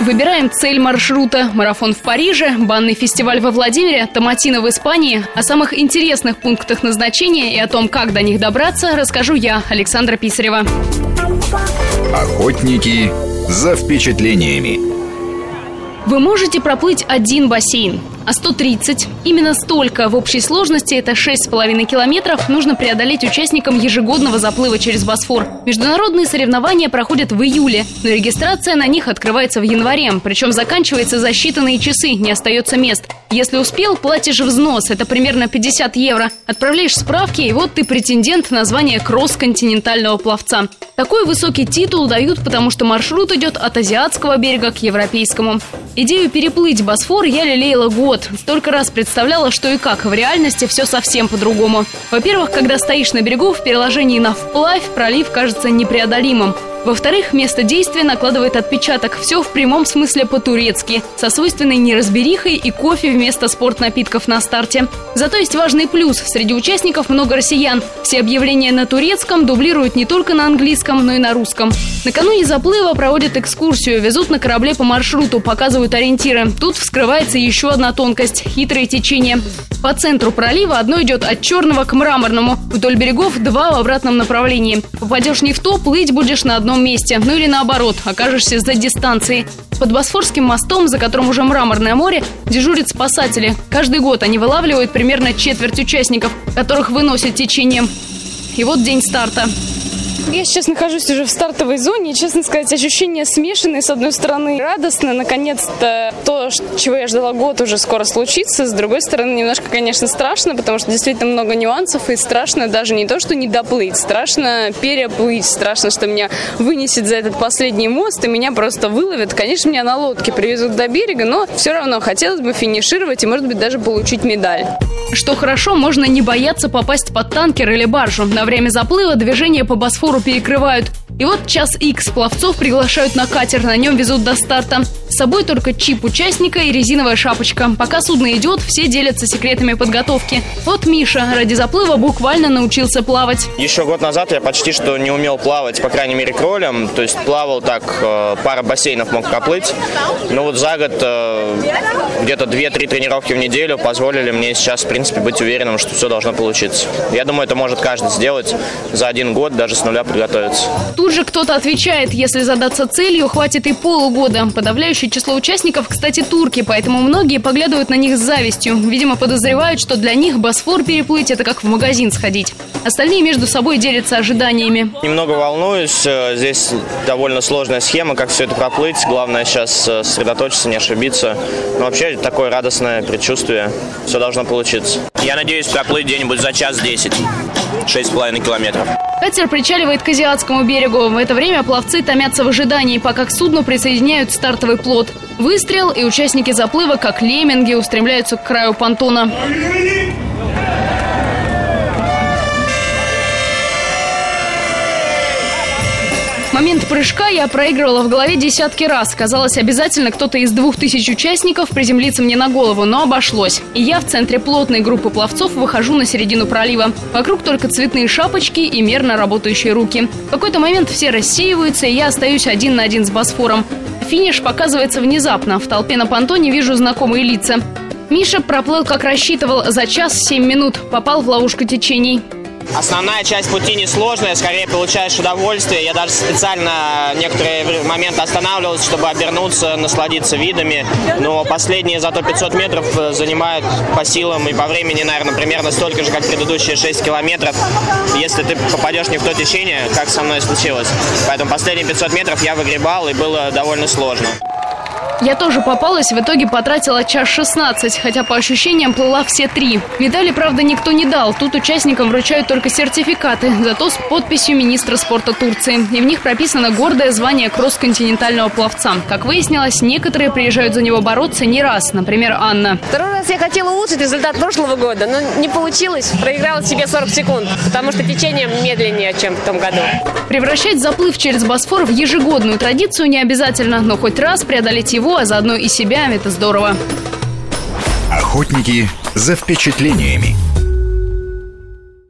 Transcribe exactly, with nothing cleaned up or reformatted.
Выбираем цель маршрута. Марафон в Париже, банный фестиваль во Владимире, Томатино в Испании. О самых интересных пунктах назначения и о том, как до них добраться, расскажу я, Александра Писарева. Охотники за впечатлениями. Вы можете проплыть один бассейн, а сто тридцать, именно столько в общей сложности, это шесть с половиной километров, нужно преодолеть участникам ежегодного заплыва через Босфор. Международные соревнования проходят в июле, но регистрация на них открывается в январе, причем заканчивается за считанные часы, не остается мест. Если успел, платишь взнос, это примерно пятьдесят евро. Отправляешь справки, и вот ты претендент на звание кросс-континентального пловца. Такой высокий титул дают, потому что маршрут идет от азиатского берега к европейскому. Идею переплыть Босфор я лелеяла год. Столько раз представляла, что и как. В реальности все совсем по-другому. Во-первых, когда стоишь на берегу, в переложении на вплавь пролив кажется непреодолимым. Во-вторых, место действия накладывает отпечаток. Все в прямом смысле по-турецки. Со свойственной неразберихой и кофе вместо спортнапитков на старте. Зато есть важный плюс. Среди участников много россиян. Все объявления на турецком дублируют не только на английском, но и на русском. Накануне заплыва проводят экскурсию. Везут на корабле по маршруту, показывают ориентиры. Тут вскрывается еще одна тонкость – хитрое течение. По центру пролива одно идет от черного к мраморному. Вдоль берегов два в обратном направлении. Попадешь не в то, плыть будешь на одном месте. Ну или наоборот, окажешься за дистанцией. Под Босфорским мостом, за которым уже мраморное море, дежурят спасатели. Каждый год они вылавливают примерно четверть участников, которых выносят течением. И вот день старта. Я сейчас нахожусь уже в стартовой зоне, и, честно сказать, ощущения смешанные. С одной стороны, радостно, наконец-то то, чего я ждала год, уже скоро случится. С другой стороны, немножко, конечно, страшно, потому что действительно много нюансов, и страшно даже не то, что не доплыть, страшно переплыть, страшно, что меня вынесет за этот последний мост, и меня просто выловят. Конечно, меня на лодке привезут до берега, но все равно хотелось бы финишировать и, может быть, даже получить медаль. Что хорошо, можно не бояться попасть под танкер или баржу. На время заплыва движение по Босфору перекрывают. И вот час икс пловцов приглашают на катер, на нем везут до старта. С собой только чип участника и резиновая шапочка. Пока судно идет, все делятся секретами подготовки. Вот Миша ради заплыва буквально научился плавать. Еще год назад я почти что не умел плавать, по крайней мере, кролем. То есть плавал так, пара бассейнов мог проплыть. Но вот за год где-то две-три тренировки в неделю позволили мне сейчас, в принципе, быть уверенным, что все должно получиться. Я думаю, это может каждый сделать за один год, даже с нуля подготовиться. Тут же кто-то отвечает, если задаться целью, хватит и полугода. Подавляющее число участников, кстати, турки, поэтому многие поглядывают на них с завистью. Видимо, подозревают, что для них Босфор переплыть – это как в магазин сходить. Остальные между собой делятся ожиданиями. Немного волнуюсь. Здесь довольно сложная схема, как все это проплыть. Главное сейчас сосредоточиться, не ошибиться. Но вообще такое радостное предчувствие. Все должно получиться. Я надеюсь проплыть где-нибудь за час десять. шесть с половиной километров. Катер причаливает к азиатскому берегу. В это время пловцы томятся в ожидании, пока к судну присоединяют стартовый плот. Выстрел, и участники заплыва, как лемминги, устремляются к краю понтона. Момент прыжка я проигрывала в голове десятки раз. Казалось, обязательно кто-то из двух тысяч участников приземлится мне на голову, но обошлось. И я в центре плотной группы пловцов выхожу на середину пролива. Вокруг только цветные шапочки и мерно работающие руки. В какой-то момент все рассеиваются, и я остаюсь один на один с Босфором. Финиш показывается внезапно. В толпе на понтоне вижу знакомые лица. Миша проплыл, как рассчитывал, за час семь минут. Попал в ловушку течений. Основная часть пути несложная, скорее получаешь удовольствие. Я даже специально некоторые моменты останавливался, чтобы обернуться, насладиться видами. Но последние зато пятьсот метров занимают по силам и по времени, наверное, примерно столько же, как предыдущие шесть километров, если ты попадешь не в то течение, как со мной случилось. Поэтому последние пятьсот метров я выгребал, и было довольно сложно. Я тоже попалась, в итоге потратила час шестнадцать, хотя по ощущениям плыла все три. Медали, правда, никто не дал. Тут участникам вручают только сертификаты, зато с подписью министра спорта Турции. И в них прописано гордое звание кросс-континентального пловца. Как выяснилось, некоторые приезжают за него бороться не раз. Например, Анна. Второй раз я хотела улучшить результат прошлого года, но не получилось. Проиграла себе сорок секунд, потому что течение медленнее, чем в том году. Превращать заплыв через Босфор в ежегодную традицию не обязательно, но хоть раз преодолеть его, а заодно и себя, это здорово. Охотники за впечатлениями.